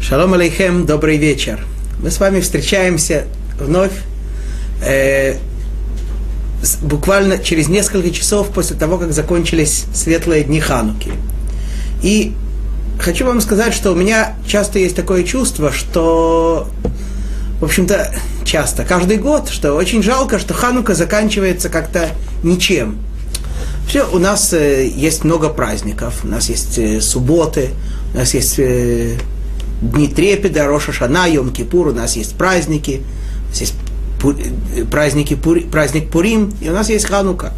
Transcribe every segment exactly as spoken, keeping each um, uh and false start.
Шалом алейхем, добрый вечер. Мы с вами встречаемся вновь э, с, буквально через несколько часов после того, как закончились светлые дни Хануки. И хочу вам сказать, что у меня часто есть такое чувство, что, в общем-то, часто, каждый год, что очень жалко, что Ханука заканчивается как-то ничем. Все, у нас э, есть много праздников, у нас есть э, субботы, у нас есть э, дни трепета, Рош ха-Шана, Йом-Кипур, у нас есть праздники, у нас есть пур, праздники, пур, праздник Пурим, и у нас есть Ханука.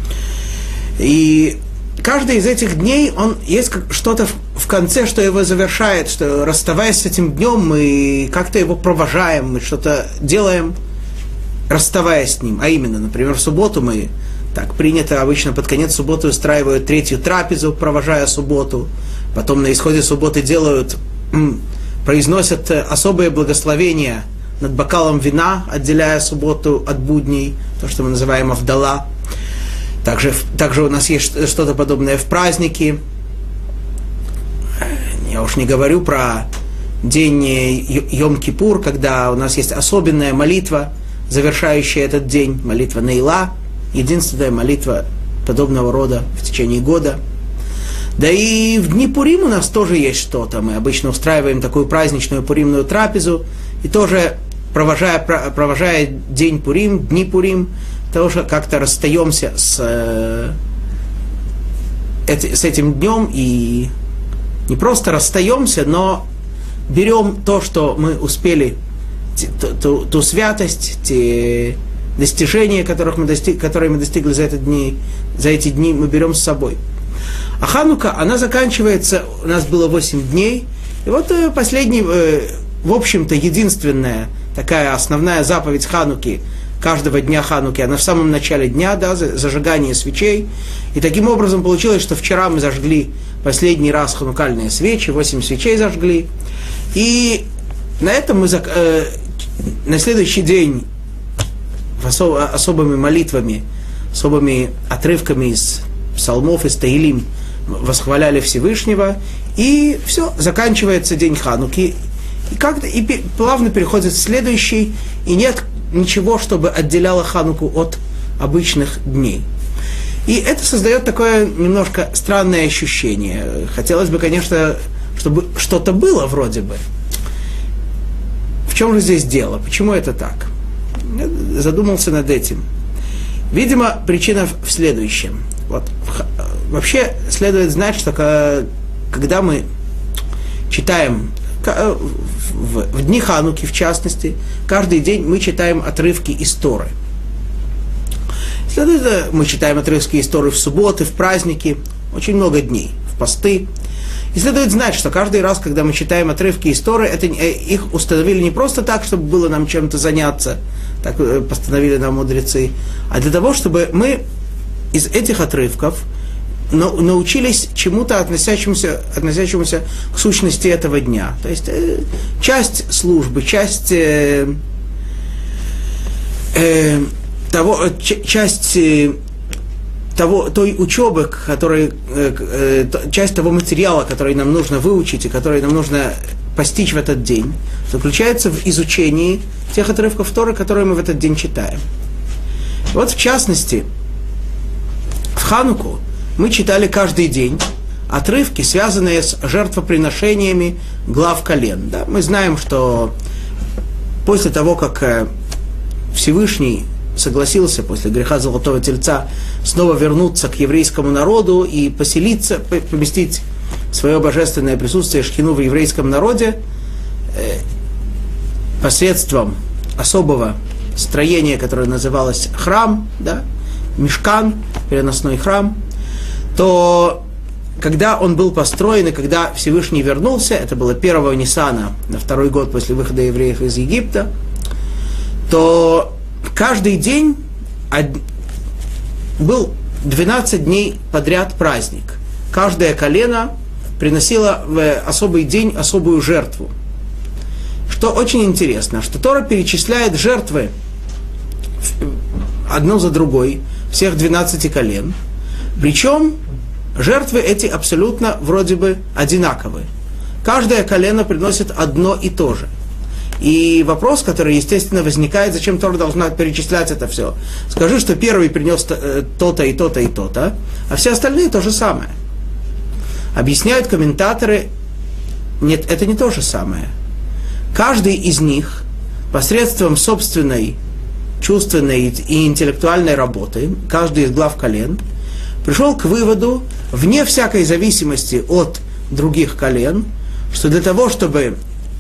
И каждый из этих дней, он есть что-то в, в конце, что его завершает, что, расставаясь с этим днем, мы как-то его провожаем, мы что-то делаем, расставаясь с ним. А именно, например, в субботу мы, так принято обычно под конец субботы устраивают третью трапезу, провожая субботу, потом на исходе субботы делают, произносят особые благословения над бокалом вина, отделяя субботу от будней, то, что мы называем авдала. Также, также у нас есть что-то подобное в праздники. Я уж не говорю про день Йом-Кипур, когда у нас есть особенная молитва, завершающая этот день, молитва Нейла, единственная молитва подобного рода в течение года. Да и в дни Пурим у нас тоже есть что-то. Мы обычно устраиваем такую праздничную пуримную трапезу, и тоже, провожая, провожая день Пурим, дни Пурим, тоже как-то расстаемся с, э, с этим днем, и не просто расстаемся, но берем то, что мы успели, ту, ту, ту святость, те достижения, которых мы достиг, которые мы достигли за, этот дни, за эти дни, мы берем с собой. А Ханука, она заканчивается, у нас было восемь дней, и вот последний, в общем-то, единственная такая основная заповедь Хануки, каждого дня Хануки, она в самом начале дня, да, зажигание свечей, и таким образом получилось, что вчера мы зажгли последний раз ханукальные свечи, восемь свечей зажгли, и на этом мы, э, на следующий день осо- особыми молитвами, особыми отрывками из псалмов, из Таилим восхваляли Всевышнего, и все, заканчивается день Хануки, и, как-то, и плавно переходит в следующий, и нет ничего, чтобы отделяло Хануку от обычных дней. И это создает такое немножко странное ощущение. Хотелось бы, конечно, чтобы что-то было вроде бы. В чем же здесь дело? Почему это так? Я задумался над этим. Видимо, причина в следующем. Вот. Вообще следует знать, что когда мы читаем в, в дни Хануки, в частности, каждый день мы читаем отрывки из Торы. Следует, мы читаем отрывки из Торы в субботы, в праздники, очень много дней, в посты. И следует знать, что каждый раз, когда мы читаем отрывки из Торы, это, их установили не просто так, чтобы было нам чем-то заняться, так постановили нам мудрецы, а для того, чтобы мы из этих отрывков научились чему-то, относящемуся, относящемуся к сущности этого дня. То есть э, часть службы, часть, э, э, того, ч, часть э, того, той учебы, который, э, э, часть того материала, который нам нужно выучить и который нам нужно постичь в этот день, заключается в изучении тех отрывков Торы, которые мы в этот день читаем. Вот в частности, в Хануку мы читали каждый день отрывки, связанные с жертвоприношениями глав колен. Да? Мы знаем, что после того, как Всевышний согласился после греха Золотого Тельца снова вернуться к еврейскому народу и поселиться, поместить свое божественное присутствие Шхину в еврейском народе, посредством особого строения, которое называлось храм, да? Мишкан, переносной храм, то когда он был построен, и когда Всевышний вернулся, это было первого Ниссана, на второй год после выхода евреев из Египта, то каждый день был двенадцать дней подряд праздник. Каждое колено приносило в особый день особую жертву. Что очень интересно, что Тора перечисляет жертвы одну за другой, всех двенадцати колен, причем жертвы эти абсолютно вроде бы одинаковые. каждое колено приносит одно и то же. И вопрос, который, естественно, возникает, зачем Тора должна перечислять это все. Скажи, что первый принес то-то и то-то и то-то, а все остальные то же самое. Объясняют комментаторы, нет, это не то же самое. Каждый из них посредством собственной чувственной и интеллектуальной работы, каждый из глав колен, пришел к выводу, вне всякой зависимости от других колен, что для того, чтобы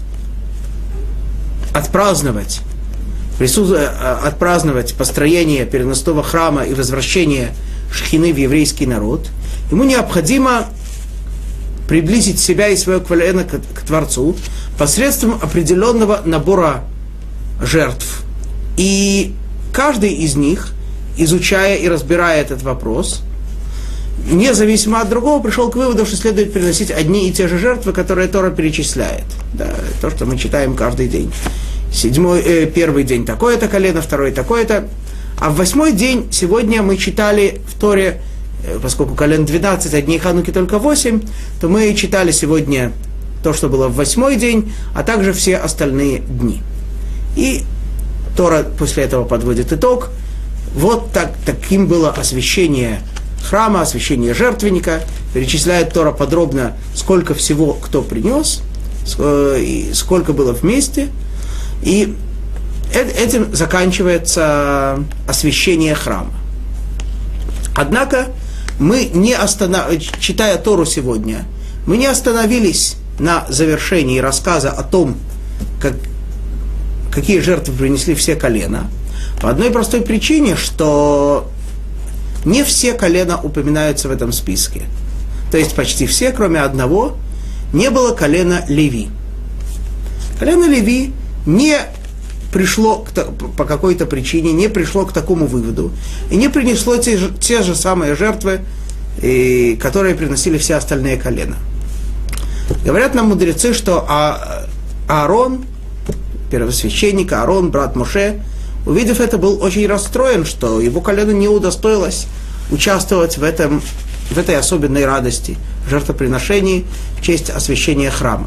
отпраздновать, присутств... отпраздновать построение переносного храма и возвращение Шхины в еврейский народ, ему необходимо приблизить себя и свое колено к, к Творцу посредством определенного набора жертв. И каждый из них, изучая и разбирая этот вопрос, независимо от другого, пришел к выводу, что следует приносить одни и те же жертвы, которые Тора перечисляет. Да, то, что мы читаем каждый день. Седьмой, э, первый день такое-то колено, второй такое-то. А в восьмой день сегодня мы читали в Торе, э, поскольку колен двенадцать, а дней Хануки только восемь, то мы читали сегодня то, что было в восьмой день, а также все остальные дни. И Тора после этого подводит итог. Вот так, таким было освящение храма, освящение жертвенника. Перечисляет Тора подробно, сколько всего кто принес, сколько было вместе. И этим заканчивается освящение храма. Однако, мы не останов... читая Тору сегодня, мы не остановились на завершении рассказа о том, как... какие жертвы принесли все колена. По одной простой причине, что не все колена упоминаются в этом списке. То есть почти все, кроме одного, не было колена Леви. Колено Леви не пришло к, по какой-то причине, не пришло к такому выводу и не принесло те же, те же самые жертвы, и, которые приносили все остальные колена. Говорят нам мудрецы, что а, Аарон, первосвященник, Аарон, брат Моше, увидев это, был очень расстроен, что его колено не удостоилось участвовать в, этом, в этой особенной радости, жертвоприношении в честь освящения храма.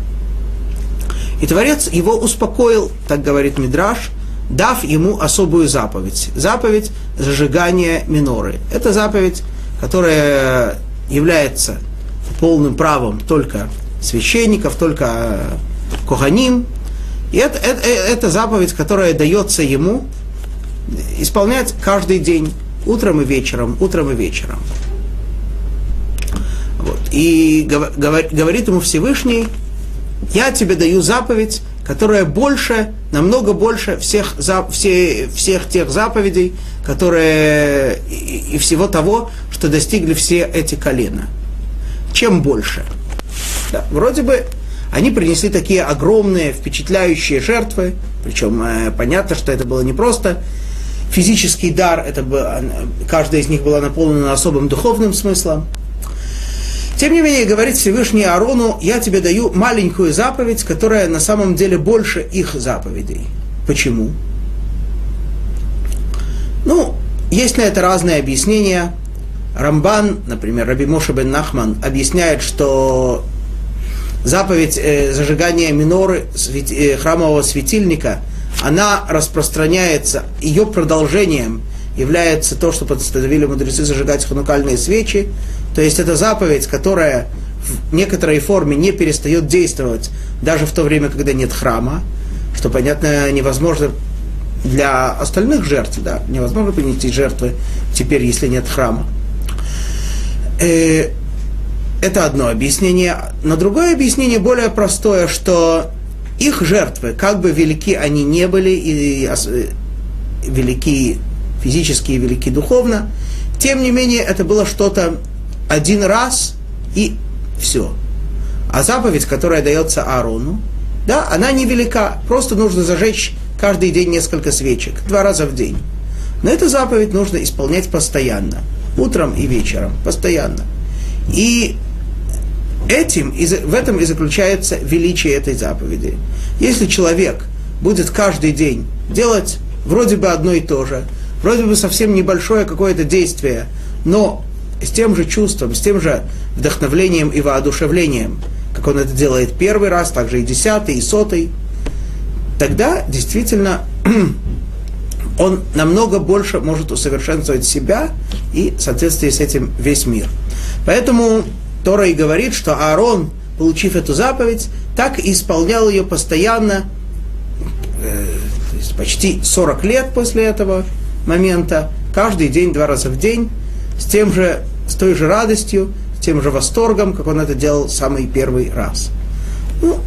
И Творец его успокоил, так говорит Мидраш, дав ему особую заповедь. Заповедь зажигания миноры. Это заповедь, которая является полным правом только священников, только коганим. И это, это, это заповедь, которая дается ему исполнять каждый день, утром и вечером, утром и вечером. Вот. И говорит ему Всевышний: я тебе даю заповедь, которая больше, намного больше всех, все, всех тех заповедей, которые и, и всего того, что достигли все эти колена. Чем больше? Да, вроде бы они принесли такие огромные, впечатляющие жертвы, причем э, понятно, что это было не просто физический дар, это было, каждая из них была наполнена особым духовным смыслом. Тем не менее, говорит Всевышний Аарону: я тебе даю маленькую заповедь, которая на самом деле больше их заповедей. Почему? Ну, есть на это разные объяснения. Рамбан, например, Раби Моше бен Нахман, объясняет, что заповедь э, зажигания миноры свети, э, храмового светильника, она распространяется, ее продолжением является то, что постановили мудрецы зажигать ханукальные свечи. То есть это заповедь, которая в некоторой форме не перестает действовать даже в то время, когда нет храма, что, понятно, невозможно для остальных жертв, да, невозможно принести жертвы теперь, если нет храма. Э, это одно объяснение. Но другое объяснение более простое, что их жертвы, как бы велики они не были, и, и велики физически и велики духовно, тем не менее это было что-то один раз и все. А заповедь, которая дается Аарону, да, она невелика, просто нужно зажечь каждый день несколько свечек, два раза в день. Но эту заповедь нужно исполнять постоянно, утром и вечером, постоянно. И этим, в этом и заключается величие этой заповеди. Если человек будет каждый день делать вроде бы одно и то же, вроде бы совсем небольшое какое-то действие, но с тем же чувством, с тем же вдохновлением и воодушевлением, как он это делает первый раз, также и десятый, и сотый, тогда действительно он намного больше может усовершенствовать себя и в соответствии с этим весь мир. Поэтому Тора и говорит, что Аарон, получив эту заповедь, так и исполнял ее постоянно, э, то есть почти сорок лет после этого момента, каждый день, два раза в день, с тем же, с той же радостью, с тем же восторгом, как он это делал самый первый раз. Ну,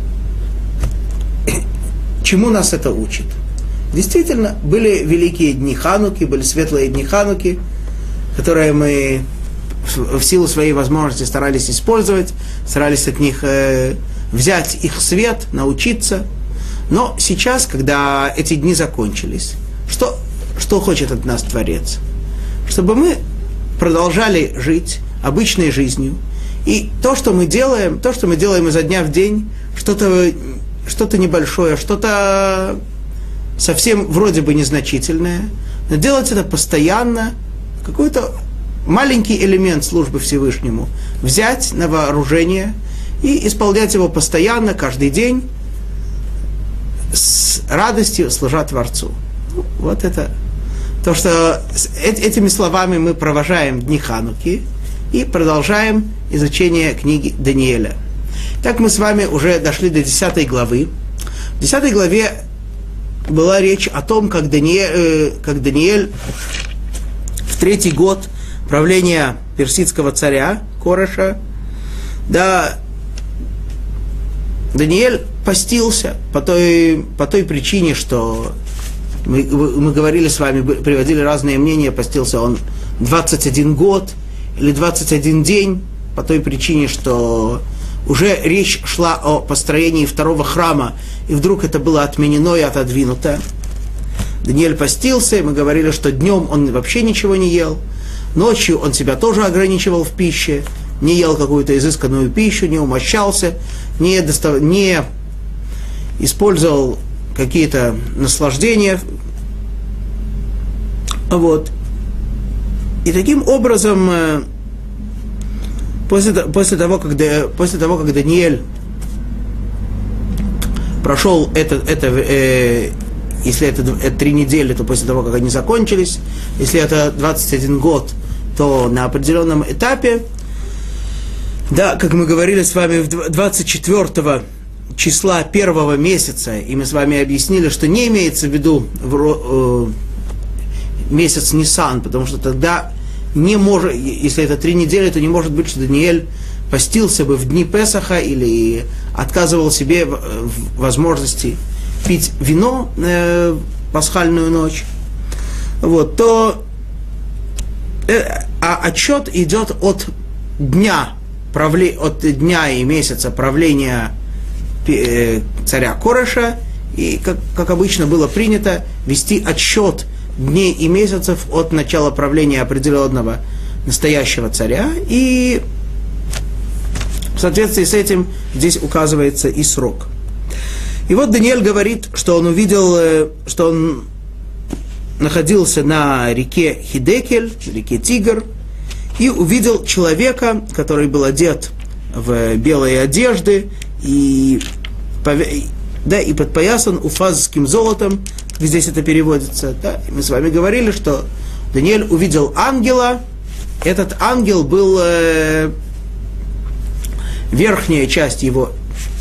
чему нас это учит? Действительно, были великие дни Хануки, были светлые дни Хануки, которые мы в силу своей возможности старались использовать, старались от них э, взять их свет, научиться. Но сейчас, когда эти дни закончились, что, что хочет от нас Творец? Чтобы мы продолжали жить обычной жизнью. И то, что мы делаем, то, что мы делаем изо дня в день, что-то, что-то небольшое, что-то совсем вроде бы незначительное, но делать это постоянно, какой-то маленький элемент службы Всевышнему взять на вооружение и исполнять его постоянно, каждый день, с радостью служа Творцу. Ну, вот это то, что этими словами мы провожаем дни Хануки и продолжаем изучение книги Даниэля. Так мы с вами уже дошли до десятой главы. В десятой главе была речь о том, как Даниэль, э, как Даниэль в третий год правления персидского царя Кореша, да, Даниэль постился по той, по той причине, что мы, мы говорили с вами, приводили разные мнения, постился он двадцать один год или двадцать один день, по той причине, что уже речь шла о построении второго храма, и вдруг это было отменено и отодвинуто. Даниэль постился, и мы говорили, что днем он вообще ничего не ел, ночью он себя тоже ограничивал в пище, не ел какую-то изысканную пищу, не умощался, не, достав... не использовал какие-то наслаждения. Вот. И таким образом, после, после, того, когда, после того, как Даниэль прошел это, это э, если это, это три недели, то после того, как они закончились, если это двадцать один год, то на определенном этапе, да, как мы говорили с вами, двадцать четвёртого числа первого месяца, и мы с вами объяснили, что не имеется в виду в, э, месяц Нисан, потому что тогда не может, если это три недели, то не может быть, что Даниэль постился бы в дни Песаха или отказывал себе в возможности пить вино э, пасхальную ночь, вот, то э, а отчет идет от дня, правле, от дня и месяца правления э, царя Кореша, и, как, как обычно было принято, вести отсчет дней и месяцев от начала правления определенного настоящего царя, и в соответствии с этим здесь указывается и срок. И вот Даниэль говорит, что он увидел, что он находился на реке Хидекель, реке Тигр, и увидел человека, который был одет в белые одежды и, да, и подпоясан уфазским золотом, как здесь это переводится. Да? И мы с вами говорили, что Даниэль увидел ангела. Этот ангел был э, верхняя часть его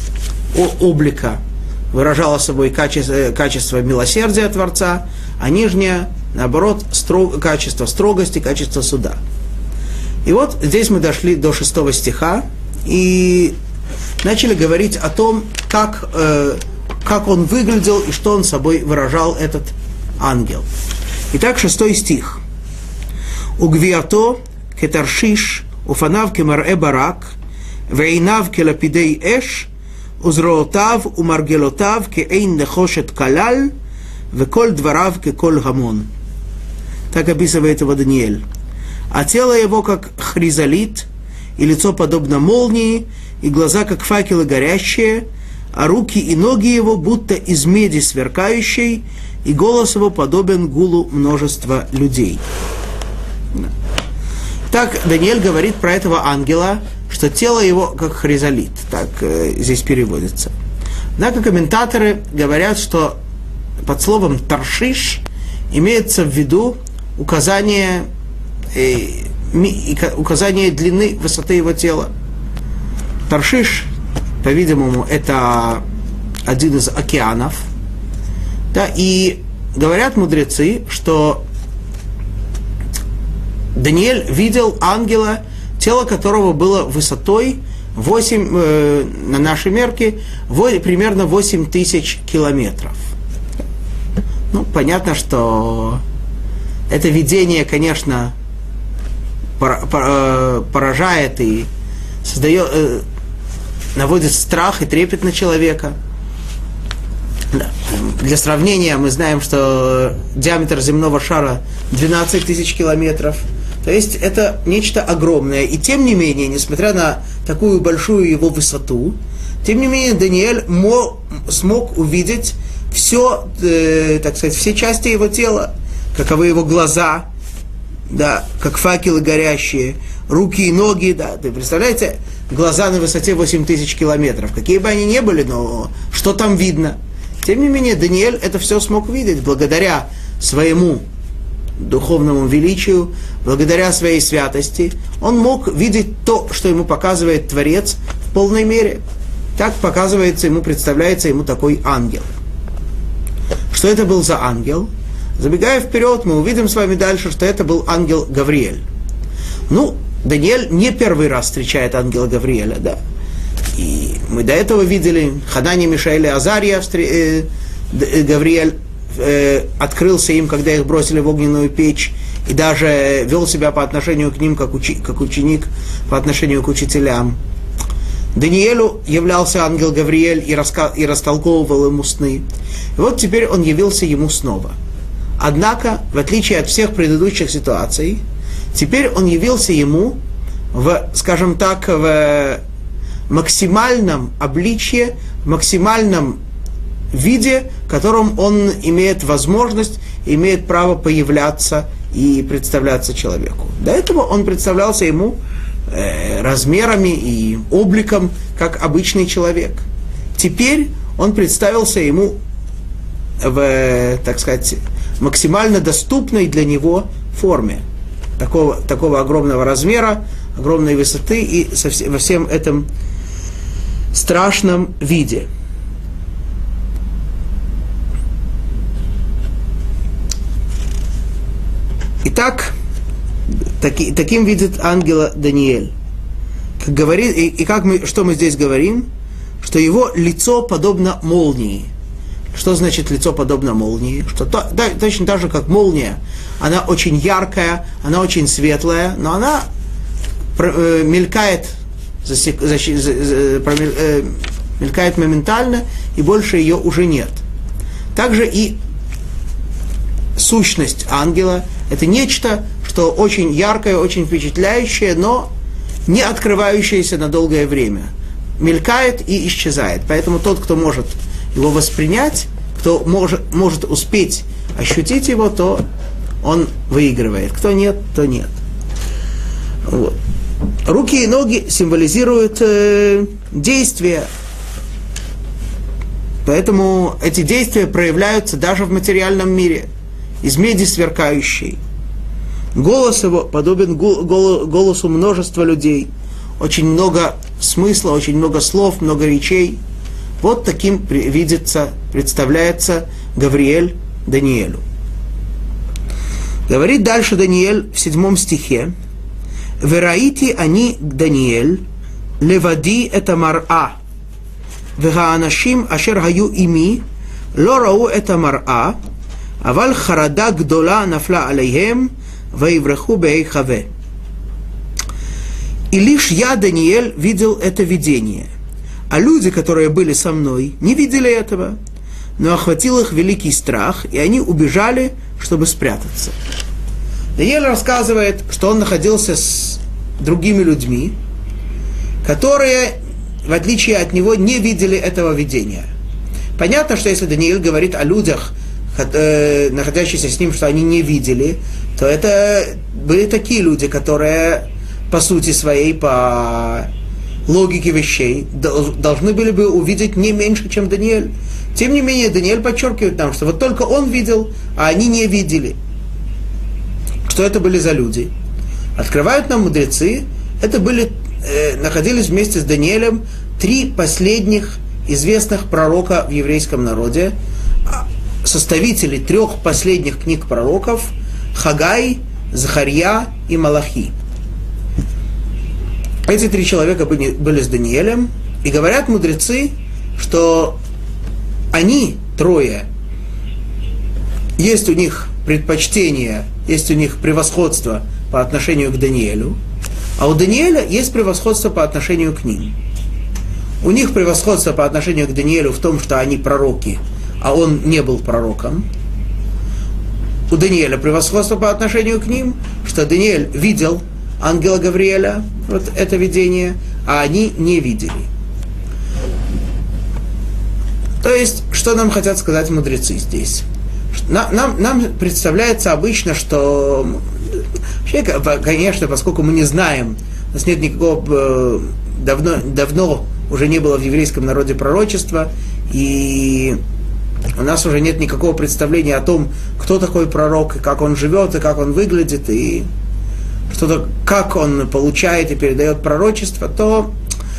облика выражала собой качество, качество милосердия Творца, а нижняя, наоборот, строг, качество строгости, качество суда. И вот здесь мы дошли до шестого стиха и начали говорить о том, как, э, как он выглядел и что он собой выражал, этот ангел. Итак, шестой стих. «Угвиато кетаршиш, уфанав кемарэ барак, вейнав келапидей эш, узроотав умаргелотав кеэйн нехошет калал, веколь дварав кеколь гамон». Так описывает его Даниэль. «А тело его, как хризолит, и лицо подобно молнии, и глаза, как факелы горящие, а руки и ноги его, будто из меди сверкающей, и голос его подобен гулу множества людей». Так Даниэль говорит про этого ангела, что тело его как хризолит, так э, здесь переводится. Однако комментаторы говорят, что под словом «таршиш» имеется в виду указание, э, ми, указание длины, высоты его тела. Таршиш, по-видимому, это один из океанов. Да, и говорят мудрецы, что Даниэль видел ангела, тело которого было высотой восемь, э, на нашей мерке восемь, примерно восемь тысяч километров. Ну, понятно, что это видение, конечно, поражает и создает, э, наводит страх и трепет на человека. Да. Для сравнения, мы знаем, что диаметр земного шара двенадцать тысяч километров. То есть это нечто огромное. И тем не менее, несмотря на такую большую его высоту, тем не менее Даниэль мо- смог увидеть все, э, так сказать, все части его тела, каковы его глаза, да, как факелы горящие, руки и ноги, да. Ты представляете, глаза на высоте восемь тысяч километров. Какие бы они ни были, но что там видно? Тем не менее, Даниэль это все смог видеть благодаря своему духовному величию, благодаря своей святости. Он мог видеть то, что ему показывает Творец в полной мере. Так показывается ему, представляется ему такой ангел. Что это был за ангел? Забегая вперед, мы увидим с вами дальше, что это был ангел Гавриэль. Ну, Даниэль не первый раз встречает ангела Гавриэля, да. И мы до этого видели Ханани, Мишаэль и Азария, э, Гавриэль э, открылся им, когда их бросили в огненную печь, и даже вел себя по отношению к ним, как, учи, как ученик, по отношению к учителям. Даниэлю являлся ангел Гавриэль и, раска, и растолковывал ему сны. И вот теперь он явился ему снова. Однако, в отличие от всех предыдущих ситуаций, теперь он явился ему в, скажем так, в максимальном обличье, в максимальном виде, в котором он имеет возможность, имеет право появляться и представляться человеку. До этого он представлялся ему э, размерами и обликом, как обычный человек. Теперь он представился ему в, так сказать, максимально доступной для него форме. Такого, такого огромного размера, огромной высоты и со вс- во всем этом страшном виде. Итак, таки, таким видит ангела Даниэль. Как говорит, и, и как мы, что мы здесь говорим? Что его лицо подобно молнии. Что значит лицо подобно молнии? Что то, да, точно так же, как молния. Она очень яркая, она очень светлая, но она э, мелькает, засек, за, за, за, промель, э, мелькает моментально, и больше ее уже нет. Также и сущность ангела – это нечто, что очень яркое, очень впечатляющее, но не открывающееся на долгое время. Мелькает и исчезает. Поэтому тот, кто может его воспринять, кто может, может успеть ощутить его, то он выигрывает. Кто нет, то нет. Вот. Руки и ноги символизируют э, действия. Поэтому эти действия проявляются даже в материальном мире. Из меди сверкающей. Голос его подобен голосу множества людей. Очень много смысла, очень много слов, много речей. Вот таким видится, представляется Гавриэль Даниэлю. Говорит дальше Даниэль в седьмом стихе: «Вераити они Даниэль, левади это мар'а, вегаанашим ашер хаю ими, ло рау это мар'а, аваль харада гдола нафла алейхем, ваивраху бейхаве». И лишь я, Даниэль, видел это видение, а люди, которые были со мной, не видели этого, но охватил их великий страх, и они убежали, чтобы спрятаться. Даниэль рассказывает, что он находился с другими людьми, которые, в отличие от него, не видели этого видения. Понятно, что если Даниэль говорит о людях, находящихся с ним, что они не видели, то это были такие люди, которые по сути своей, по логики вещей должны были бы увидеть не меньше, чем Даниэль. Тем не менее, Даниэль подчеркивает нам, что вот только он видел, а они не видели. Что это были за люди? Открывают нам мудрецы, это были, э, находились вместе с Даниэлем три последних известных пророка в еврейском народе, составители трех последних книг пророков: Хагай, Захарья и Малахи. Эти три человека были, были с Даниэлем, и говорят мудрецы, что они, трое, есть у них предпочтение, есть у них превосходство по отношению к Даниэлю, а у Даниэля есть превосходство по отношению к ним. У них превосходство по отношению к Даниэлю в том, что они пророки, а он не был пророком. У Даниэля превосходство по отношению к ним, что Даниэль видел ангела Гавриэля, вот это видение, а они не видели. То есть, что нам хотят сказать мудрецы здесь? Нам, нам, нам представляется обычно, что, вообще, конечно, поскольку мы не знаем, у нас нет никакого, давно, давно уже не было в еврейском народе пророчества, и у нас уже нет никакого представления о том, кто такой пророк, и как он живет, и как он выглядит, и что-то, как он получает и передает пророчество, то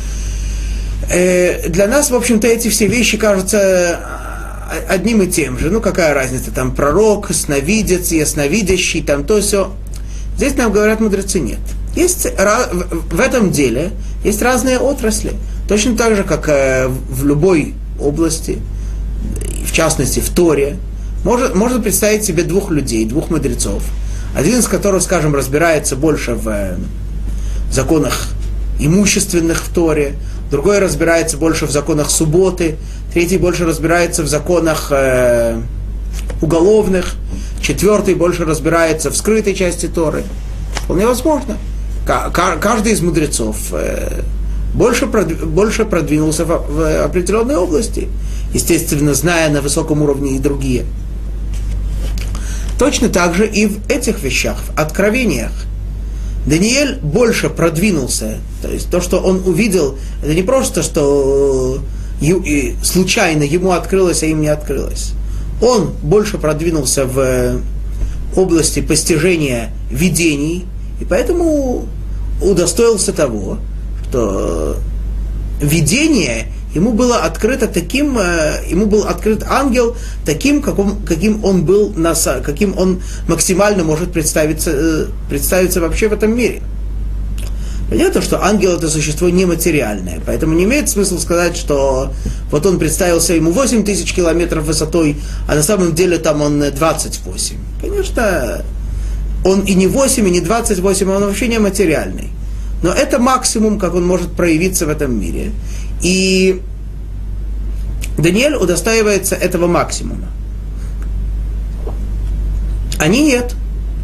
э, для нас, в общем-то, эти все вещи кажутся одним и тем же. Ну, какая разница, там, пророк, сновидец, ясновидящий, там, то все. Здесь нам говорят мудрецы, нет. Есть, в этом деле есть разные отрасли. Точно так же, как в любой области, в частности, в Торе, может, можно представить себе двух людей, двух мудрецов, один из которых, скажем, разбирается больше в законах имущественных в Торе, другой разбирается больше в законах субботы, третий больше разбирается в законах э, уголовных, четвертый больше разбирается в скрытой части Торы. Вполне возможно. К- каждый из мудрецов э, больше, продв- больше продвинулся в, в определенной области, естественно, зная на высоком уровне и другие. Точно так же и в этих вещах, в откровениях. Даниэль больше продвинулся. То есть то, что он увидел, это не просто, что случайно ему открылось, а им не открылось. Он больше продвинулся в области постижения видений, и поэтому удостоился того, что видение ему было открыто таким, ему был открыт ангел таким, каким, каким он был, каким он максимально может представиться, представиться вообще в этом мире. Понятно, что ангел — это существо нематериальное, поэтому не имеет смысла сказать, что вот он представился ему восемь тысяч километров высотой, а на самом деле там он двадцать восемь. Конечно, он и не восемь, и не двадцать восемь, он вообще нематериальный. Но это максимум, как он может проявиться в этом мире. И Даниэль удостаивается этого максимума. Они нет.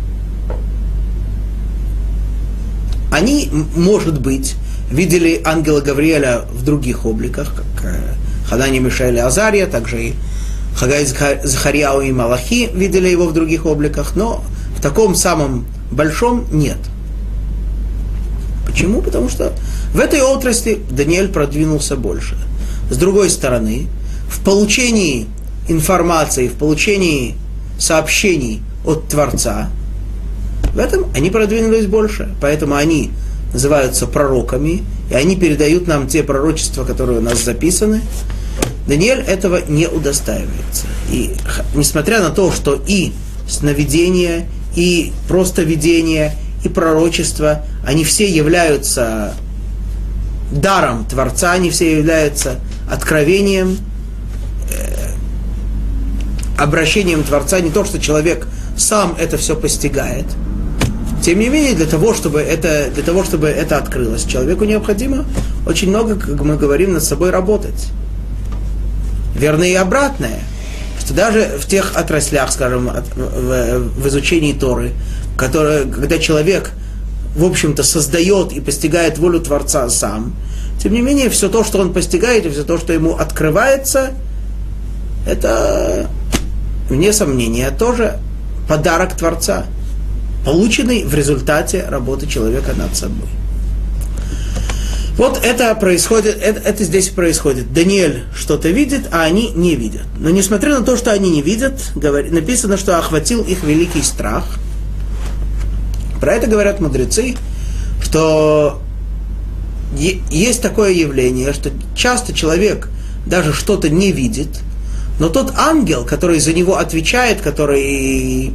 Они, может быть, видели ангела Гавриэля в других обликах, как Ханани, Мишаэль и Азария, также и Хагай, Захарьяу и Малахи видели его в других обликах, но в таком самом большом нет. Почему? Потому что в этой отрасли Даниэль продвинулся больше. С другой стороны, в получении информации, в получении сообщений от Творца, в этом они продвинулись больше. Поэтому они называются пророками, и они передают нам те пророчества, которые у нас записаны. Даниэль этого не удостаивается. И несмотря на то, что и сновидение, и просто видение, и пророчество, они все являются даром Творца, они все являются откровением, э, обращением Творца, не то, что человек сам это все постигает. Тем не менее, для того, чтобы это, для того, чтобы это открылось, человеку необходимо очень много, как мы говорим, над собой работать. Верно и обратное, что даже в тех отраслях, скажем, в, в изучении Торы, которые, когда человек, в общем-то, создает и постигает волю Творца сам, тем не менее, все то, что он постигает, и все то, что ему открывается, это, вне сомнения, тоже подарок Творца, полученный в результате работы человека над собой. Вот это происходит, это, это здесь происходит. Даниэль что-то видит, а они не видят. Но несмотря на то, что они не видят, говорит, написано, что охватил их великий страх. Про это говорят мудрецы, что е- есть такое явление, что часто человек даже что-то не видит, но тот ангел, который за него отвечает, который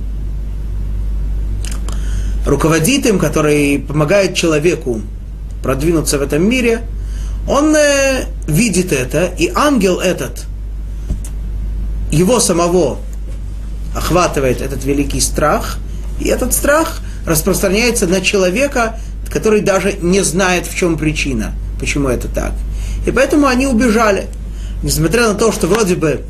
руководит им, который помогает человеку продвинуться в этом мире, он э, видит это, и ангел этот, его самого охватывает этот великий страх, и этот страх распространяется на человека, который даже не знает, в чем причина, почему это так. И поэтому они убежали. Несмотря на то, что вроде бы,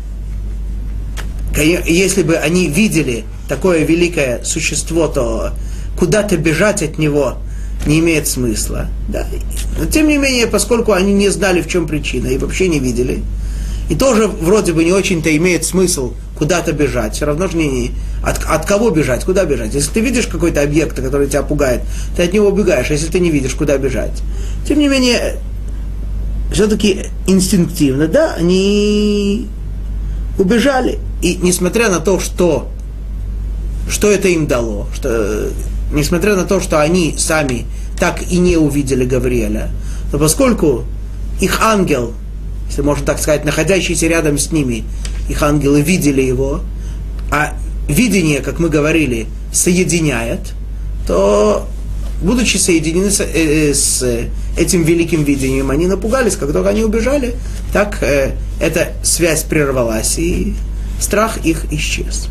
если бы они видели такое великое существо, то куда-то бежать от него не имеет смысла. Да? Но тем не менее, поскольку они не знали, в чем причина, и вообще не видели, и тоже вроде бы не очень-то имеет смысл куда-то бежать, все равно же не... От, от кого бежать, куда бежать? Если ты видишь какой-то объект, который тебя пугает, ты от него убегаешь, а если ты не видишь, куда бежать? Тем не менее, все-таки инстинктивно, да, они убежали. И несмотря на то, что, что это им дало, что, несмотря на то, что они сами так и не увидели Гавриэля, то поскольку их ангел, если можно так сказать, находящийся рядом с ними, их ангелы видели его, а видение, как мы говорили, соединяет, то, будучи соединены с, э, с этим великим видением, они напугались, как только они убежали, так э, эта связь прервалась, и страх их исчез.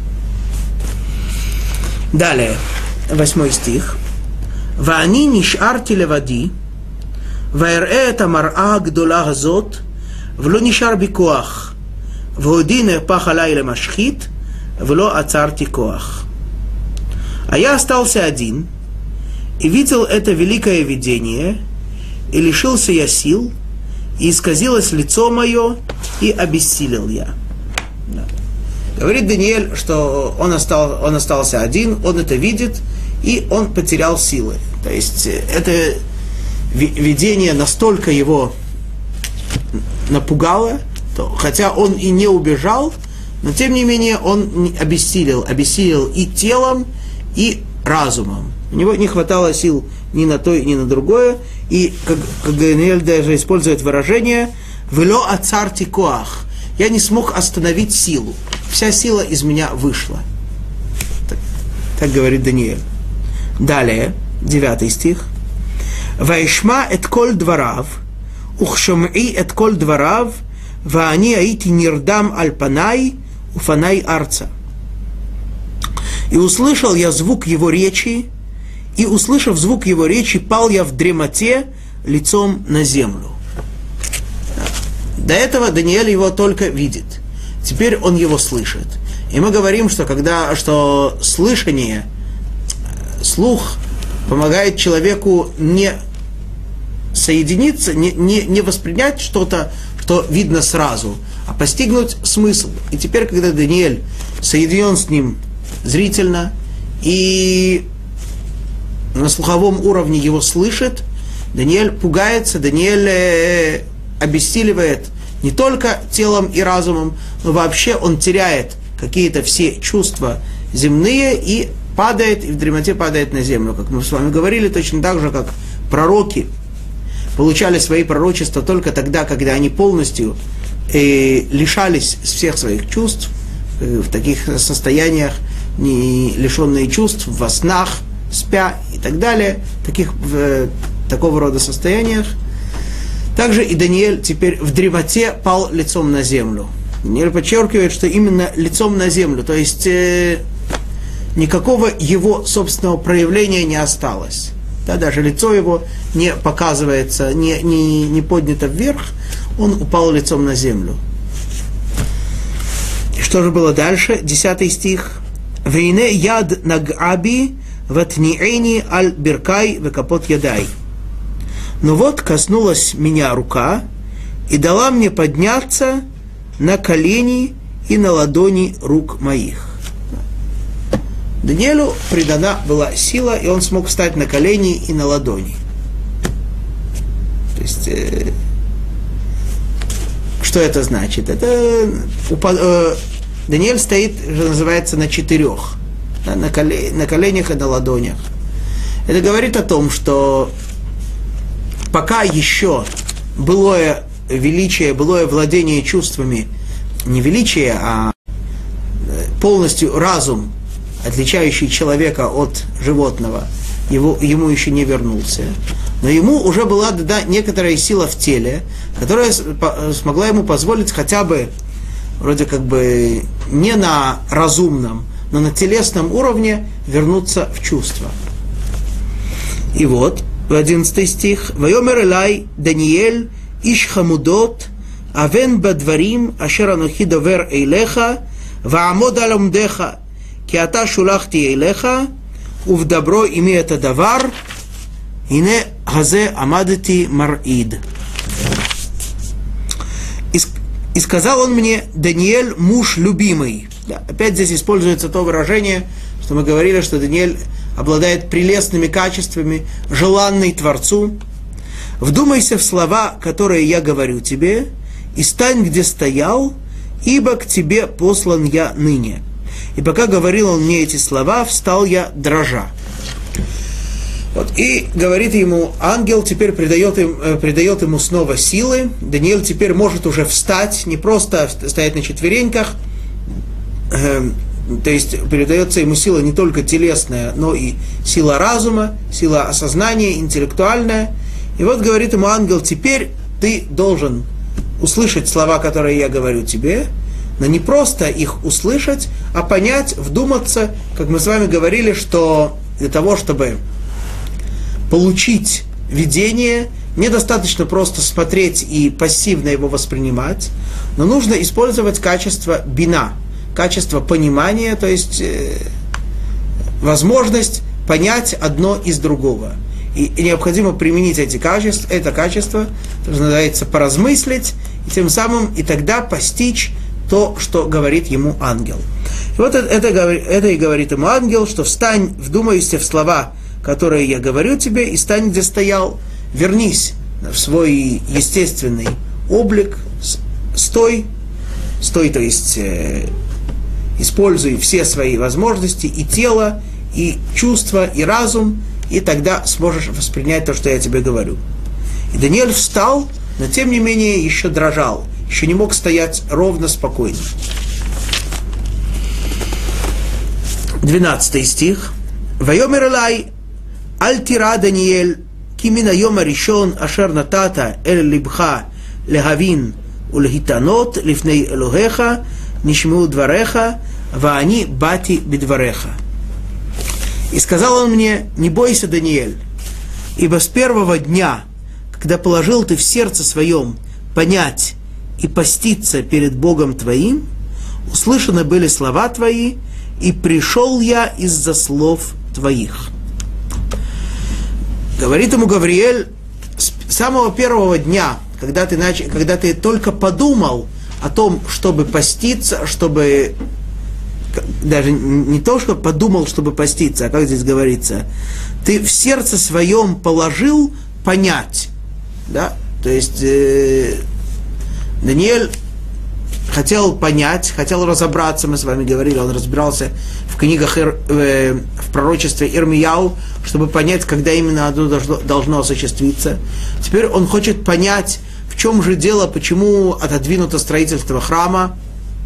Далее, восьмой стих. «Ваани нишарти левади, ваэрэ эта мар'а гдола газот, вло нишар бикоах, вгоди нерпах алай лемашхит, вло ацарти коах». А я остался один, и видел это великое видение, и лишился я сил, и исказилось лицо мое, и обессилел я. Да. Говорит Даниэль, что он, остал, он остался один, он это видит, и он потерял силы. То есть это видение настолько его напугало, то, хотя он и не убежал, но тем не менее он обессилел, обессилел и телом, и разумом. У него не хватало сил ни на то, ни на другое, и, как, как Даниэль даже использует выражение «вело ацарти коах», я не смог остановить силу, вся сила из меня вышла. Так, так говорит Даниэль. Далее, девятый стих. «Ваишма эт коль дварав, ухшом'i эт коль дварав, ваани аити нирдам аль панай, уфанай арца». И услышал я звук его речи, и, услышав звук его речи, пал я в дремоте лицом на землю. До этого Даниэль его только видит. Теперь он его слышит. И мы говорим, что, когда, что слышание, слух помогает человеку не соединиться, не, не, не воспринять что-то, что видно сразу, а постигнуть смысл. И теперь, когда Даниэль соединен с ним зрительно и на слуховом уровне его слышит, Даниэль пугается, Даниэль э, обессиливает не только телом и разумом, но вообще он теряет какие-то все чувства земные и падает, и в дремоте падает на землю. Как мы с вами говорили, точно так же, как пророки получали свои пророчества только тогда, когда они полностью э, лишались всех своих чувств, э, в таких состояниях, не лишенные чувств, во снах, спя и так далее, таких, в такого рода состояниях. Также и Даниэль теперь в дремоте пал лицом на землю. Даниэль подчеркивает, что именно лицом на землю, то есть э, никакого его собственного проявления не осталось. Да, даже лицо его не показывается, не, не, не поднято вверх, он упал лицом на землю. И что же было дальше? Десятый стих. «Вейне яд нагаби ватниэни аль биркай векапот ядай». Но вот коснулась меня рука и дала мне подняться на колени и на ладони рук моих. Даниэлю придана была сила, и он смог встать на колени и на ладони. есть, э, что это значит? Это э, Даниэль стоит, что называется, на четырех, да, на, коле, на коленях и на ладонях. Это говорит о том, что пока еще былое величие, былое владение чувствами, не величие, а полностью разум, отличающий человека от животного, его, ему еще не вернулся. Но ему уже была дана некоторая сила в теле, которая смогла ему позволить хотя бы, вроде как бы, не на разумном, но на телесном уровне вернуться в чувство. И вот, одиннадцатый стих. «Вайомер элай Даниэль иш хамудот, авен бадварим, ашер анохи довер эйлеха, ваамод ал умдеха, ки ата шулахти эйлеха, увдабро ими это давар, ине хазе амадати марид». И сказал он мне: Даниэль, муж любимый. Да, опять здесь используется то выражение, что мы говорили, что Даниэль обладает прелестными качествами, желанный Творцу. «Вдумайся в слова, которые я говорю тебе, и стань, где стоял, ибо к тебе послан я ныне». И пока говорил он мне эти слова, встал я дрожа. Вот, и говорит ему ангел, теперь придает, им, придает ему снова силы. Даниэль теперь может уже встать, не просто стоять на четвереньках, э, то есть передается ему сила не только телесная, но и сила разума, сила осознания, интеллектуальная. И вот говорит ему ангел: теперь ты должен услышать слова, которые я говорю тебе, но не просто их услышать, а понять, вдуматься, как мы с вами говорили, что для того, чтобы получить видение, недостаточно просто смотреть и пассивно его воспринимать, но нужно использовать качество бина, качество понимания, то есть э, возможность понять одно из другого. И, и необходимо применить эти качества, это качество, что называется, поразмыслить, и тем самым и тогда постичь то, что говорит ему ангел. И вот это, это, это и говорит ему ангел, что встань, вдумайся в слова, которые я говорю тебе, и стань, где стоял, вернись в свой естественный облик, стой, стой, то есть э, используй все свои возможности, и тело, и чувства, и разум, и тогда сможешь воспринять то, что я тебе говорю. И Даниэль встал, но тем не менее еще дрожал, еще не мог стоять ровно, спокойно. двенадцатый стих. «Вайомер элай аль тира Даниэль, ки мин хайом харишон ашер натата эль либха лехавин улехитанот лифней элохеха нишмеу двареха ваани бати бидвареха». И сказал он мне: не бойся, Даниэль, ибо с первого дня, когда положил ты в сердце своем понять и поститься перед Богом твоим, услышаны были слова твои, и пришел я из-за слов твоих. Говорит ему Гавриэль, с самого первого дня, когда ты, нач... когда ты только подумал о том, чтобы поститься, чтобы... Даже не то, что подумал, чтобы поститься, а как здесь говорится, ты в сердце своем положил понять. Да? То есть э... Даниэль хотел понять, хотел разобраться, мы с вами говорили, он разбирался в книгах, э, в пророчестве Ирмияу, чтобы понять, когда именно оно должно, должно осуществиться. Теперь он хочет понять, в чем же дело, почему отодвинуто строительство храма,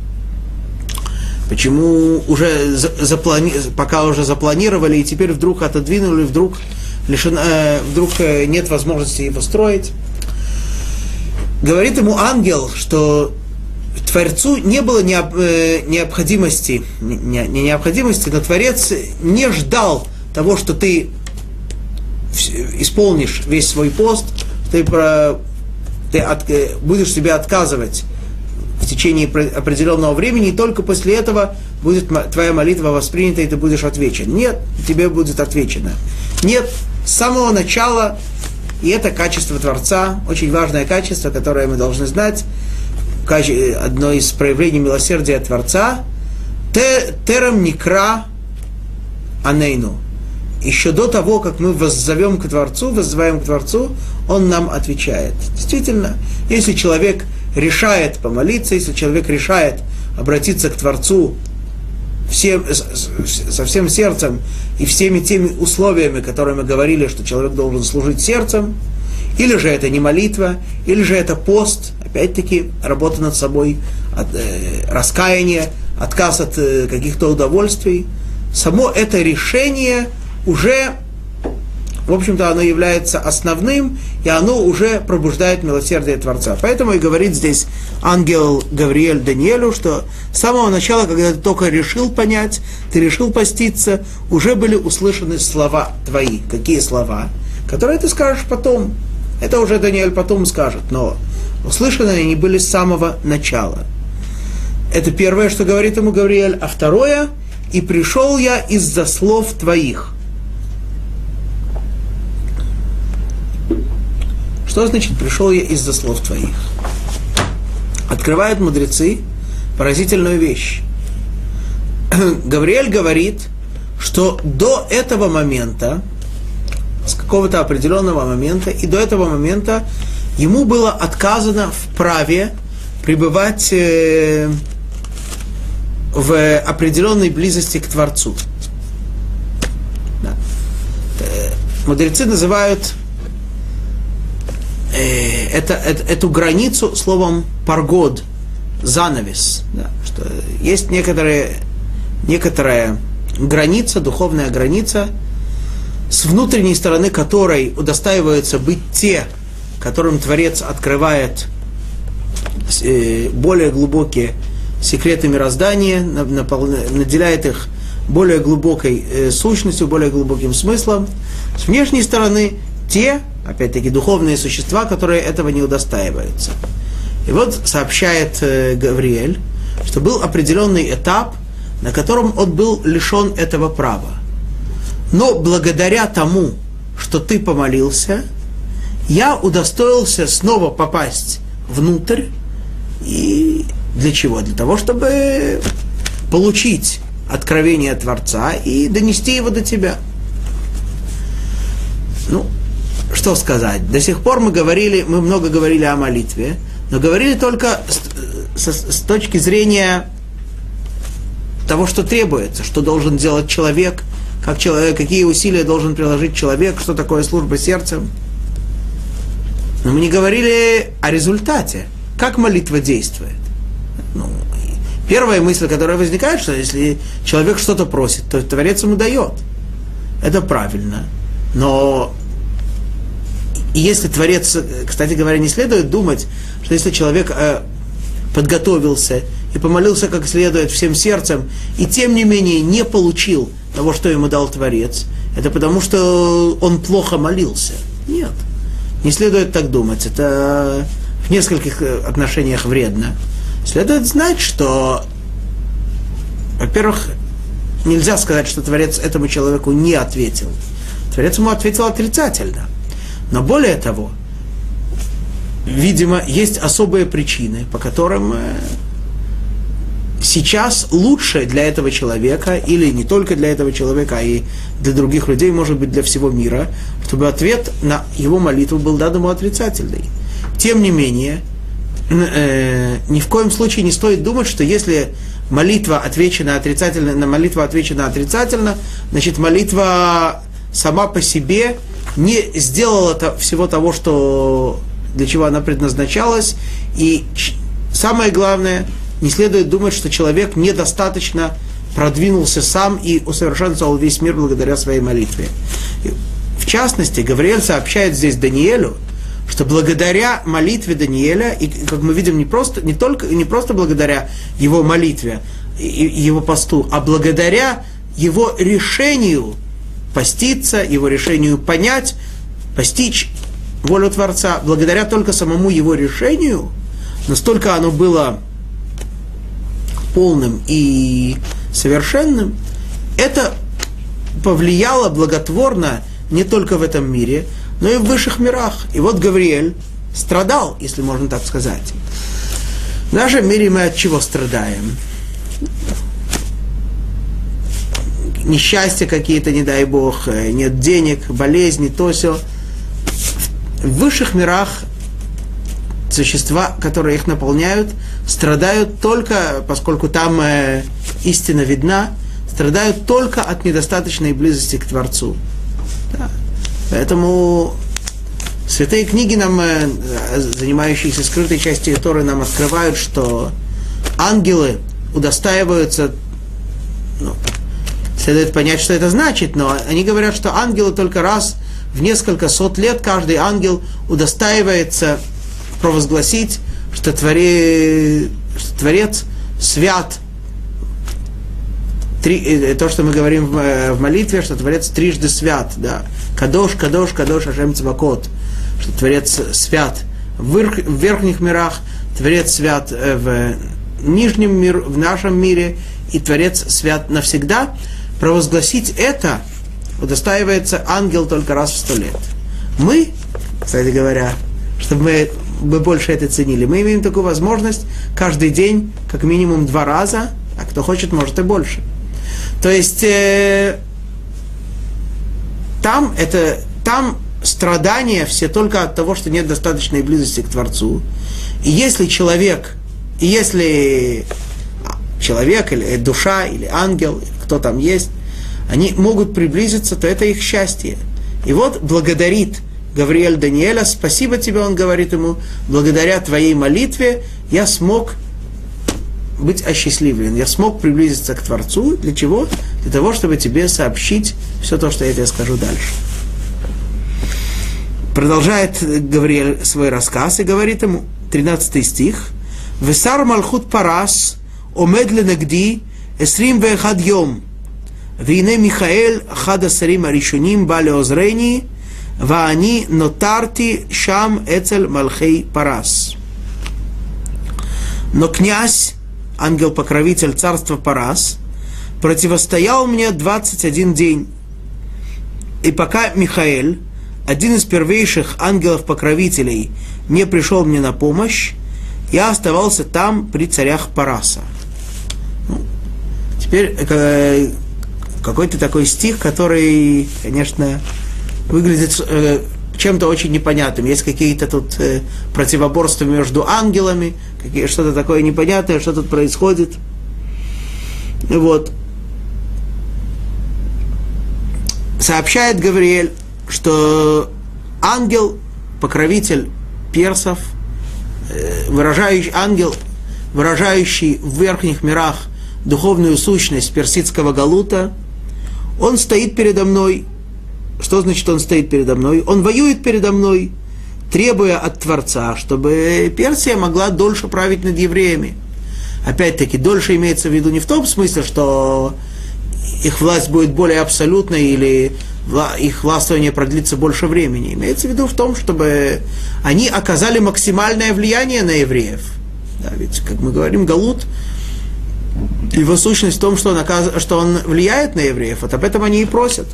почему уже заплани... пока уже запланировали, и теперь вдруг отодвинули, вдруг, лишен... э, вдруг нет возможности его строить. Говорит ему ангел, что Творцу не было необходимости, не необходимости, но Творец не ждал того, что ты исполнишь весь свой пост, ты, про, ты от, будешь себя отказывать в течение определенного времени, и только после этого будет твоя молитва воспринята, и ты будешь отвечен. Нет, тебе будет отвечено. Нет, с самого начала, и это качество Творца, очень важное качество, которое мы должны знать, одно из проявлений милосердия Творца, терем никра анейну. еще до того, как мы воззовем к Творцу, воззываем к Творцу, Он нам отвечает. Действительно, если человек решает помолиться, если человек решает обратиться к Творцу всем, со всем сердцем и всеми теми условиями, которые мы говорили, что человек должен служить сердцем, или же это не молитва, или же это пост, опять-таки работа над собой, от, э, раскаяние, отказ от э, каких-то удовольствий, само это решение уже, в общем-то, оно является основным, и оно уже пробуждает милосердие Творца. Поэтому и говорит здесь ангел Гавриэль Даниэлю, что с самого начала, когда ты только решил понять, ты решил поститься, уже были услышаны слова твои. Какие слова? Которые ты скажешь потом. Это уже Даниэль потом скажет, но услышаны они были с самого начала. Это первое, что говорит ему Гавриэль. А второе, и пришел я из-за слов твоих. Что значит «пришел я из-за слов твоих»? Открывают мудрецы поразительную вещь. Гавриэль говорит, что до этого момента, с какого-то определенного момента, и до этого момента ему было отказано в праве пребывать э, в определенной близости к Творцу. Да. Э, мудрецы называют Это, это, эту границу словом паргод, занавес, да, что есть некоторые, некоторая граница, духовная граница, с внутренней стороны которой удостаиваются быть те, которым Творец открывает более глубокие секреты мироздания, наделяет их более глубокой сущностью, более глубоким смыслом. С внешней стороны те, опять-таки, духовные существа, которые этого не удостаиваются. И вот сообщает э, Гавриэль, что был определенный этап, на котором он был лишен этого права. Но благодаря тому, что ты помолился, я удостоился снова попасть внутрь. И для чего? Для того, чтобы получить откровение Творца и донести его до тебя. Ну, что сказать? До сих пор мы говорили, мы много говорили о молитве, но говорили только с, с, с точки зрения того, что требуется, что должен делать человек, как человек, какие усилия должен приложить человек, что такое служба сердцем. Но мы не говорили о результате, как молитва действует. Ну, первая мысль, которая возникает, что если человек что-то просит, то Творец ему дает. Это правильно. Но и если Творец, кстати говоря, не следует думать, что если человек э, подготовился и помолился как следует всем сердцем, и тем не менее не получил того, что ему дал Творец, это потому, что он плохо молился. Нет, не следует так думать. Это в нескольких отношениях вредно. Следует знать, что, во-первых, нельзя сказать, что Творец этому человеку не ответил. Творец ему ответил отрицательно. Но более того, видимо, есть особые причины, по которым сейчас лучше для этого человека, или не только для этого человека, а и для других людей, может быть, для всего мира, чтобы ответ на его молитву был дан ему отрицательный. Тем не менее, э, ни в коем случае не стоит думать, что если молитва отвечена отрицательно, на молитву отвечена отрицательно, значит, молитва сама по себе не сделала всего того, что, для чего она предназначалась. И самое главное, не следует думать, что человек недостаточно продвинулся сам и усовершенствовал весь мир благодаря своей молитве. В частности, Гавриэль сообщает здесь Даниэлю, что благодаря молитве Даниэля, и, как мы видим, не просто, не только, не просто благодаря его молитве, и его посту, а благодаря его решению поститься, его решению понять, постичь волю Творца, благодаря только самому его решению, настолько оно было полным и совершенным, это повлияло благотворно не только в этом мире, но и в высших мирах. И вот Гавриэль страдал, если можно так сказать. В нашем мире мы от чего страдаем? несчастья какие-то, не дай Бог, нет денег, болезни, то все. В высших мирах существа, которые их наполняют, страдают только, поскольку там э, истина видна, страдают только от недостаточной близости к Творцу. Да. Поэтому святые книги, нам, э, занимающиеся скрытой частью Торы, нам открывают, что ангелы удостаиваются, ну, следует понять, что это значит, но они говорят, что ангелы только раз в несколько сот лет каждый ангел удостаивается провозгласить, что, твори, что Творец свят. Три, то, что мы говорим в, в молитве, что Творец трижды свят. Да. Кадош, Кадош, Кадош, Ашем Цвакот. Что Творец свят в, верх, в верхних мирах, Творец свят в нижнем мире, в нашем мире, и Творец свят навсегда. Провозгласить это удостаивается ангел только раз в сто лет. Мы, кстати говоря, чтобы мы, мы больше это ценили, мы имеем такую возможность каждый день, как минимум два раза, а кто хочет, может и больше. То есть э, там, это, там страдания все только от того, что нет достаточной близости к Творцу. И если человек, и если человек, или душа, или ангел, или кто там есть, они могут приблизиться, то это их счастье. И вот благодарит Гавриэль Даниэля, спасибо тебе, он говорит ему, благодаря твоей молитве я смог быть осчастливлен, я смог приблизиться к Творцу. Для чего? Для того, чтобы тебе сообщить все то, что я тебе скажу дальше. Продолжает Гавриэль свой рассказ и говорит ему, тринадцатый стих, «Весар малхут парас, омед ленагди, эсрим веэхад йом, вейне Михаэль, хад асарим аришуним, бале озрени, ваани нотарти шам эцель малхей парас». Но князь, ангел-покровитель царства Парас, противостоял мне двадцать один день. И пока Михаэль, один из первейших ангелов-покровителей, не пришел мне на помощь, я оставался там при царях Параса. Ну, теперь э, какой-то такой стих, который, конечно, выглядит э, чем-то очень непонятным. Есть какие-то тут э, противоборства между ангелами, какие, что-то такое непонятное, что тут происходит. Вот. Сообщает Гавриэль, что ангел, покровитель персов, э, выражающий, ангел, выражающий в верхних мирах духовную сущность персидского галута, он стоит передо мной. Что значит он стоит передо мной? Он воюет передо мной, требуя от Творца, чтобы Персия могла дольше править над евреями. Опять-таки, дольше имеется в виду не в том смысле, что их власть будет более абсолютной или их властвование продлится больше времени. Имеется в виду в том, чтобы они оказали максимальное влияние на евреев. Да, ведь, как мы говорим, галут, его сущность в том, что он, оказ... что он влияет на евреев. Вот об этом они и просят.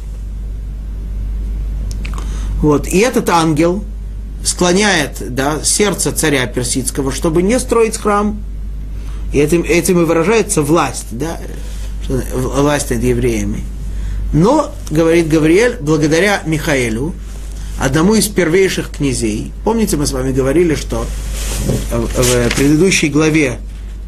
Вот. И этот ангел склоняет, да, сердце царя персидского, чтобы не строить храм. И этим, этим и выражается власть, да, власть над евреями. Но, говорит Гавриэль, благодаря Михаэлю, одному из первейших князей, помните, мы с вами говорили, что в предыдущей главе,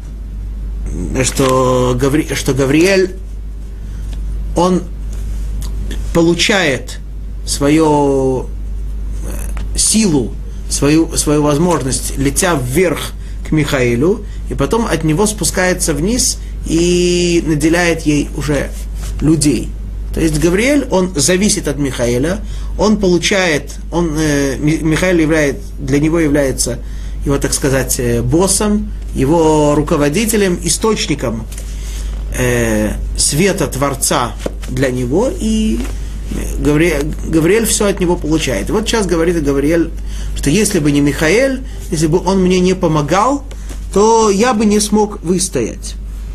что, Гаври, что Гавриэль, он получает свою силу, свою, свою возможность, летя вверх к Михаэлю, и потом от него спускается вниз и наделяет ей уже людей. То есть Гавриэль, он зависит от Михаэля, он получает, он, э, Михаэль являет, для него является его, так сказать, э, боссом, его руководителем, источником э, света Творца для него, и Гавриэль, Гавриэль все от него получает. И вот сейчас говорит Гавриэль, что если бы не Михаэль, если бы он мне не помогал, то я бы не смог выстоять.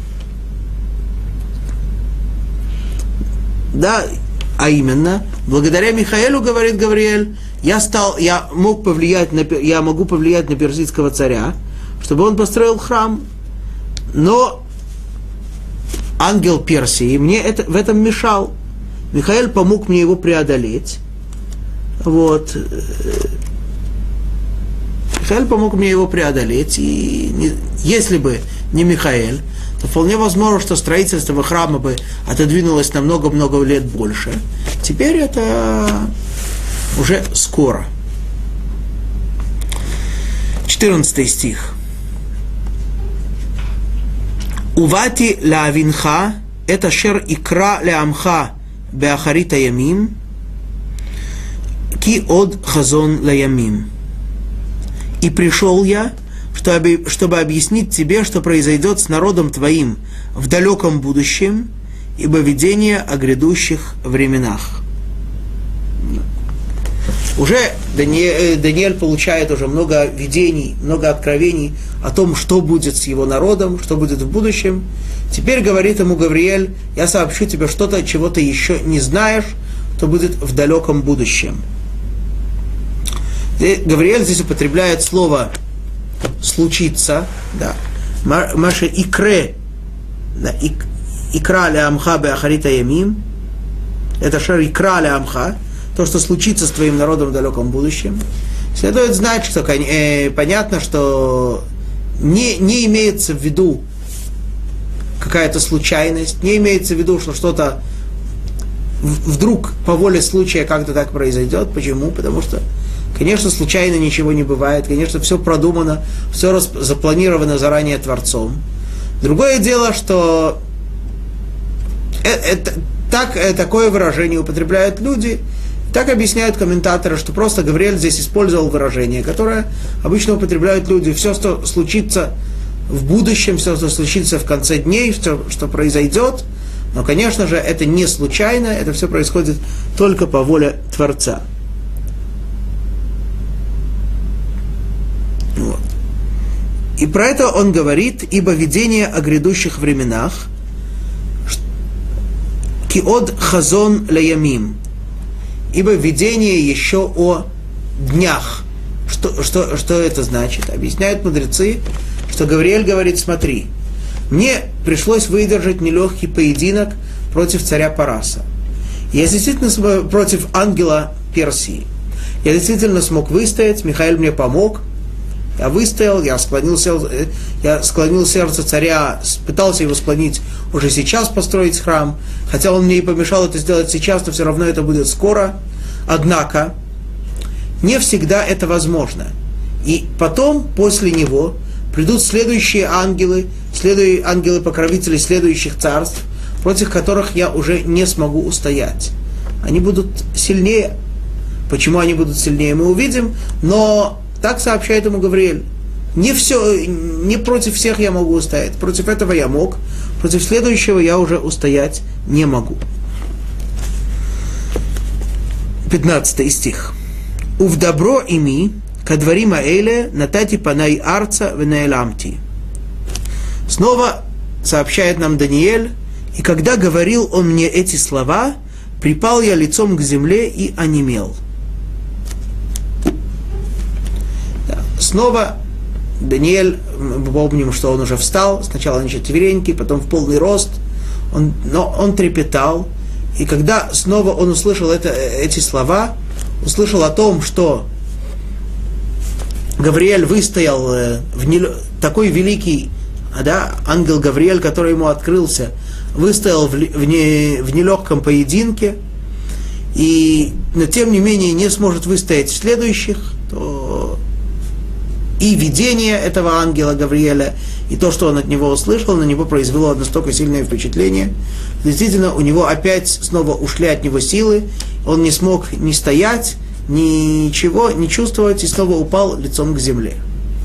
Да, а именно, благодаря Михаэлю, говорит Гавриэль, я стал, я мог повлиять на, я могу повлиять на персидского царя, чтобы он построил храм. Но ангел Персии мне это, в этом мешал. Михаил помог мне его преодолеть. Вот. Михаил помог мне его преодолеть. И не, если бы не Михаил, то вполне возможно, что строительство храма бы отодвинулось на много-много лет больше. Теперь это уже скоро. четырнадцатый стих. Увати лаавинха, это шер икра лаамха беахарита ямим, ки од хазон лаямим. И пришел я, чтобы, чтобы объяснить тебе, что произойдет с народом твоим в далеком будущем, ибо видение о грядущих временах. Уже Даниэль, Даниэль получает уже много видений, много откровений о том, что будет с его народом, что будет в будущем. Теперь говорит ему Гавриэль: я сообщу тебе что-то, чего ты еще не знаешь, что будет в далеком будущем. Гавриэль здесь употребляет слово «случиться», да, «Маше икре», да, «икра ля амха беахарита ямим», это «шер икра ля амха», то, что случится с твоим народом в далеком будущем. Следует знать, что э, понятно, что не, не имеется в виду какая-то случайность, не имеется в виду, что что-то вдруг по воле случая как-то так произойдет. Почему? Потому что, конечно, случайно ничего не бывает, конечно, все продумано, все запланировано заранее Творцом. Другое дело, что это, это, так, такое выражение употребляют люди. Так объясняют комментаторы, что просто Гавриэль здесь использовал выражение, которое обычно употребляют люди. Все, что случится в будущем, все, что случится в конце дней, все, что произойдет. Но, конечно же, это не случайно, это все происходит только по воле Творца. Вот. И про это он говорит: ибо видение о грядущих временах, киод хазон лаямим, ибо видение еще о днях. Что, что, что это значит? Объясняют мудрецы, что Гавриэль говорит: смотри, мне пришлось выдержать нелегкий поединок против царя Параса. Я действительно против ангела Персии. Я действительно смог выстоять, Михаил мне помог. Я выстоял, я склонил, я склонил сердце царя, пытался его склонить уже сейчас построить храм. Хотя он мне и помешал это сделать сейчас, но все равно это будет скоро. Однако, не всегда это возможно. И потом, после него, придут следующие ангелы, следующие ангелы-покровители следующих царств, против которых я уже не смогу устоять. Они будут сильнее. Почему они будут сильнее, мы увидим, но так сообщает ему Гавриэль. Не, все, не против всех я могу устоять. Против этого я мог. Против следующего я уже устоять не могу. пятнадцатый стих. «Ув добро ими, кадварима эйле, натати панай арца венеэламти». Снова сообщает нам Даниэль: «И когда говорил он мне эти слова, припал я лицом к земле и онемел». Снова Даниэль, мы помним, что он уже встал, сначала на четвереньки, потом в полный рост, он, но он трепетал, и когда снова он услышал это, эти слова, услышал о том, что Гавриэль выстоял, в не, такой великий, да, ангел Гавриэль, который ему открылся, выстоял в, в, не, в нелегком поединке, и, но тем не менее не сможет выстоять в следующих, то и видение этого ангела Гавриэля, и то, что он от него услышал, на него произвело настолько сильное впечатление. Действительно, у него опять снова ушли от него силы, он не смог ни стоять, ничего не чувствовать, и снова упал лицом к земле.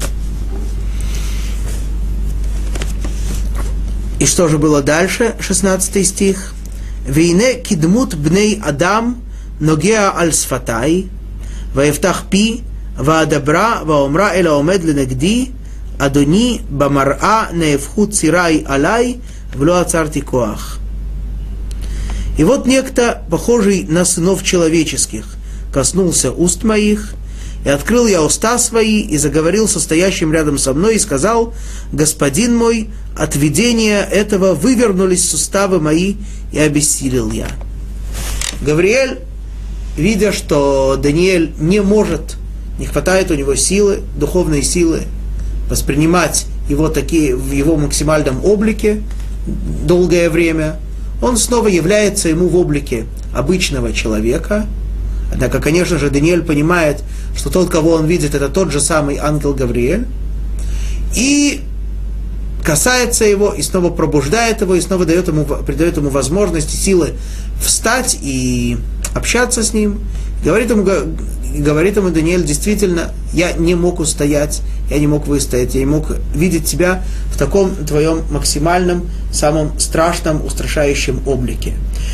И что же было дальше? шестнадцатый стих. «Вейне кидмут бней адам ногеа аль сфатай, ваевтах пи, ваадабра, ваомра эла омед ленегди, адони бамар'a неевху цирай алай, вло ацарти коах». И вот некто, похожий на сынов человеческих, коснулся уст моих, И открыл я уста свои, и заговорил со стоящим рядом со мной, и сказал: «Господин мой, от видения этого вывернулись суставы мои, и обессилел я». Гавриэль, видя, что Даниэль не может, не хватает у него силы, духовной силы, воспринимать его такие, в его максимальном облике долгое время, он снова является ему в облике обычного человека. Однако, конечно же, Даниэль понимает, что тот, кого он видит, это тот же самый ангел Гавриэль, и касается его, и снова пробуждает его, и снова дает ему, придает ему возможности, силы встать и общаться с ним. Говорит ему, говорит ему Даниэль: действительно, я не мог устоять, я не мог выстоять, я не мог видеть тебя в таком твоем максимальном, самом страшном, устрашающем облике.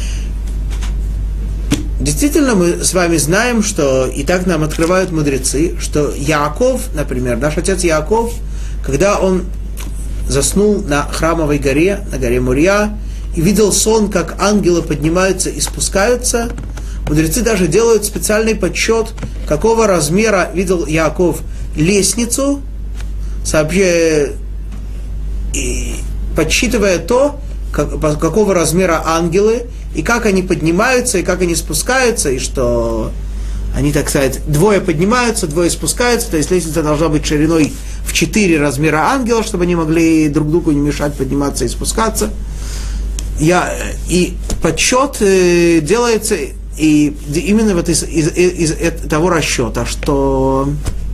Действительно, мы с вами знаем, что, и так нам открывают мудрецы, что Яаков, например, наш отец Яаков, когда он заснул на храмовой горе, на горе Мория, и видел сон, как ангелы поднимаются и спускаются, мудрецы даже делают специальный подсчет, какого размера видел Яаков лестницу, сообщая, и подсчитывая то, как, какого размера ангелы, и как они поднимаются, и как они спускаются, и что они, так сказать, двое поднимаются, двое спускаются, то есть лестница должна быть шириной в четыре размера ангела, чтобы они могли друг другу не мешать подниматься и спускаться. Я, и подсчет э, делается и именно вот из, из, из, из того расчета, что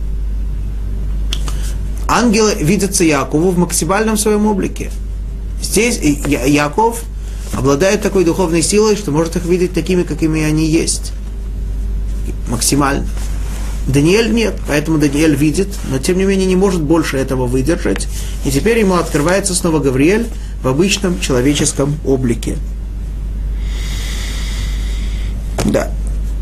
ангелы видятся Яакову в максимальном своем облике. Здесь Я, Яаков обладает такой духовной силой, что может их видеть такими, какими они есть. Максимально. Даниэль нет, поэтому Даниэль видит, но тем не менее не может больше этого выдержать. И теперь ему открывается снова Гавриэль в обычном человеческом облике. Да.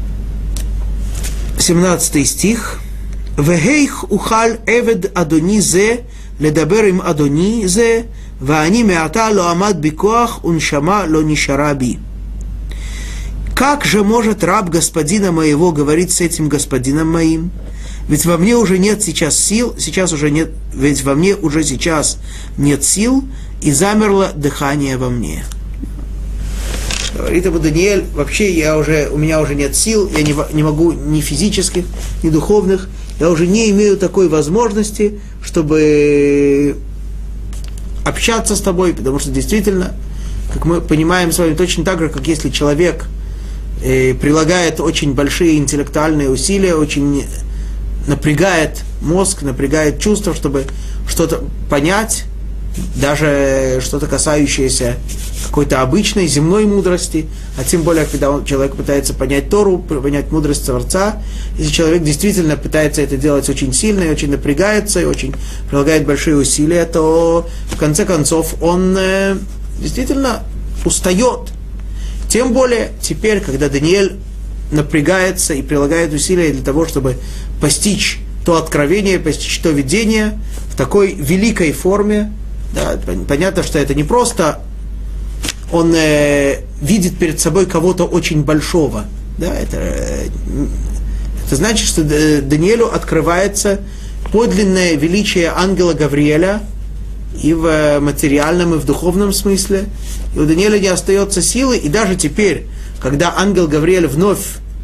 семнадцатый стих. «Вехейх ухаль эвед адони зе ледабер им адони зе ваани меата ло амад бикоах уншама ло нишара би». Как же может раб господина моего говорить с этим господином моим? Ведь во мне уже нет сейчас сил, сейчас уже нет, ведь во мне уже сейчас нет сил, и замерло дыхание во мне. Говорит ему Даниэль: вообще я уже, у меня уже нет сил, я не, не могу ни физических, ни духовных, я уже не имею такой возможности, чтобы общаться с тобой, потому что действительно, как мы понимаем с вами, точно так же, как если человек э, прилагает очень большие интеллектуальные усилия, очень напрягает мозг, напрягает чувства, чтобы что-то понять, даже что-то касающееся какой-то обычной земной мудрости, а тем более, когда он, человек пытается понять Тору, понять мудрость Творца, если человек действительно пытается это делать очень сильно, и очень напрягается, и очень прилагает большие усилия, то в конце концов он э, действительно устает. Тем более теперь, когда Даниэль напрягается и прилагает усилия для того, чтобы постичь то откровение, постичь то видение в такой великой форме. Да, понятно, что это не просто он э, видит перед собой кого-то очень большого. Да, это, э, это значит, что Даниэлю открывается подлинное величие ангела Гавриэля и в материальном, и в духовном смысле. И у Даниэля не остается силы, и даже теперь, когда ангел Гавриэль вновь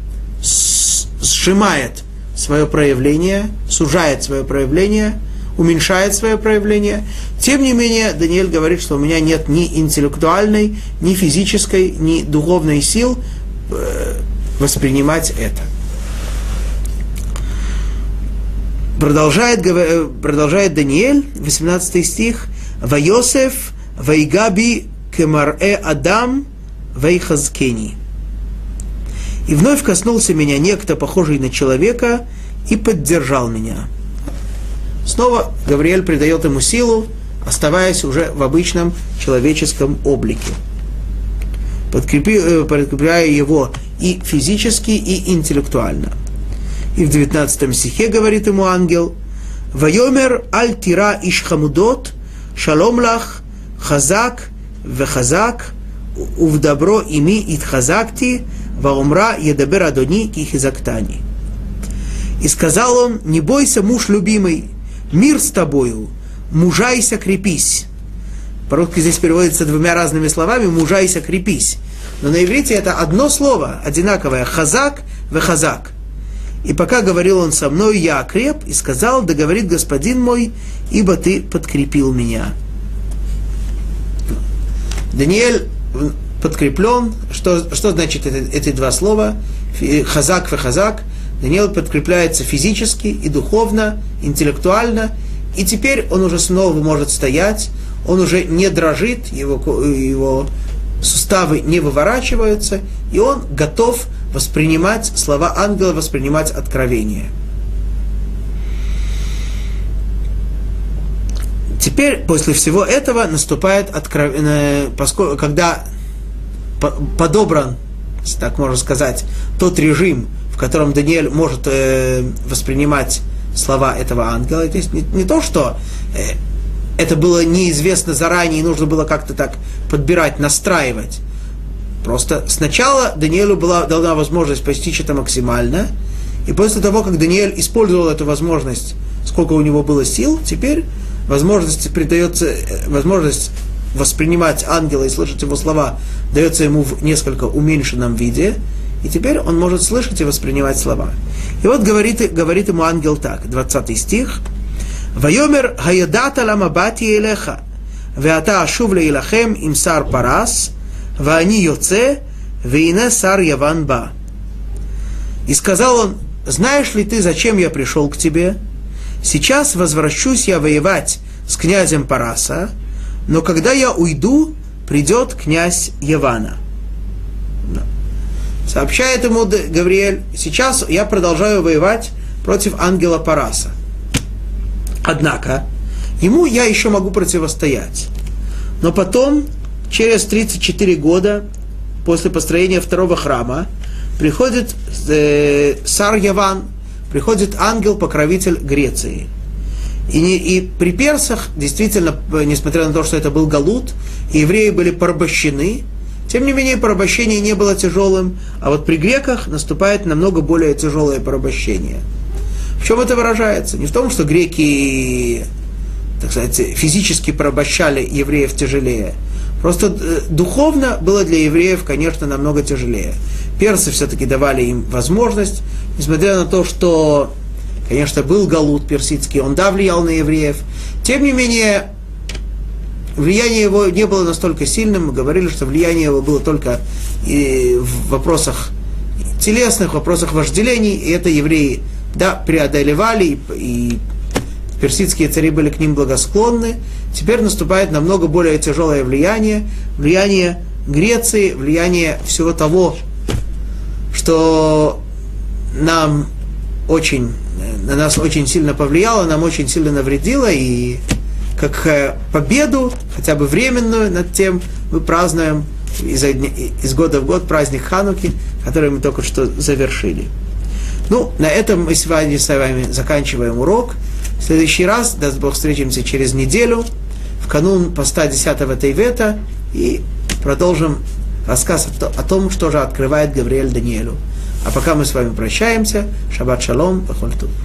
сжимает свое проявление, сужает свое проявление, уменьшает свое проявление, тем не менее Даниэль говорит, что у меня нет ни интеллектуальной, ни физической, ни духовной сил э, воспринимать это. Продолжает, продолжает Даниэль, восемнадцатый стих: «Вайосеф вайгаби кемарэ адам вайхазкени». И вновь коснулся меня некто, похожий на человека, и поддержал меня. Снова Гавриэль придает ему силу, оставаясь уже в обычном человеческом облике, подкрепляя его и физически, и интеллектуально. И в девятнадцатом стихе говорит ему ангел: «Вайомер аль тира иш хамудот, шалом лах, хазак, вехазак, увдабро ими итхазакти, ваумра едабер адони кихизактани». И сказал он: не бойся, муж любимый, мир с тобою, мужайся, крепись. По-русски здесь переводится двумя разными словами: мужайся, крепись. Но на иврите это одно слово, одинаковое: хазак ве хазак. И пока говорил он со мной, я окреп, и сказал: да говорит господин мой, ибо ты подкрепил меня. Даниэль подкреплен. Что, что значит это, эти два слова? Хазак ве хазак. Даниэль подкрепляется физически и духовно, интеллектуально, и теперь он уже снова может стоять, он уже не дрожит, его, его суставы не выворачиваются, и он готов воспринимать слова ангела, воспринимать откровение. Теперь, после всего этого, наступает откровение, поскольку, когда подобран, так можно сказать, тот режим, в котором Даниэль может э, воспринимать слова этого ангела. То есть не, не то, что э, это было неизвестно заранее, и нужно было как-то так подбирать, настраивать. Просто сначала Даниэлю была дана возможность постичь это максимально, и после того, как Даниэль использовал эту возможность, сколько у него было сил, теперь возможность придается, возможность воспринимать ангела и слышать его слова дается ему в несколько уменьшенном виде, и теперь он может слышать и воспринимать слова. И вот говорит, говорит ему ангел так, двадцатый стих: «Вайомер хаядата ламабати элеха, веата ашув леилахем им сар парас, ваани йоце, вейне сар яван ба». И сказал он: знаешь ли ты, зачем я пришел к тебе? Сейчас возвращусь я воевать с князем Параса, но когда я уйду, придет князь Явана. Сообщает ему Гавриэль: сейчас я продолжаю воевать против ангела Параса. Однако, ему я еще могу противостоять. Но потом, через тридцать четыре года, после построения второго храма, приходит э, Сар Яван, приходит ангел-покровитель Греции. И, не, и при персах, действительно, несмотря на то, что это был галут, и евреи были порабощены, тем не менее, порабощение не было тяжелым, а вот при греках наступает намного более тяжелое порабощение. В чем это выражается? Не в том, что греки, так сказать, физически порабощали евреев тяжелее. Просто духовно было для евреев, конечно, намного тяжелее. Персы все-таки давали им возможность, несмотря на то, что, конечно, был галут персидский, он, да, влиял на евреев. Тем не менее, влияние его не было настолько сильным. Мы говорили, что влияние его было только и в вопросах телесных, в вопросах вожделений, и это евреи, да, преодолевали, и, и персидские цари были к ним благосклонны. Теперь наступает намного более тяжелое влияние, влияние Греции, влияние всего того, что нам очень, на нас очень сильно повлияло, нам очень сильно навредило, и как победу, хотя бы временную, над тем мы празднуем из, из года в год праздник Хануки, который мы только что завершили. Ну, на этом мы сегодня с вами заканчиваем урок. В следующий раз, даст Бог, встретимся через неделю, в канун поста десятого Тейвета, и продолжим рассказ о том, что же открывает Гавриэль Даниэлю. А пока мы с вами прощаемся. Шаббат шалом, бахоль тув.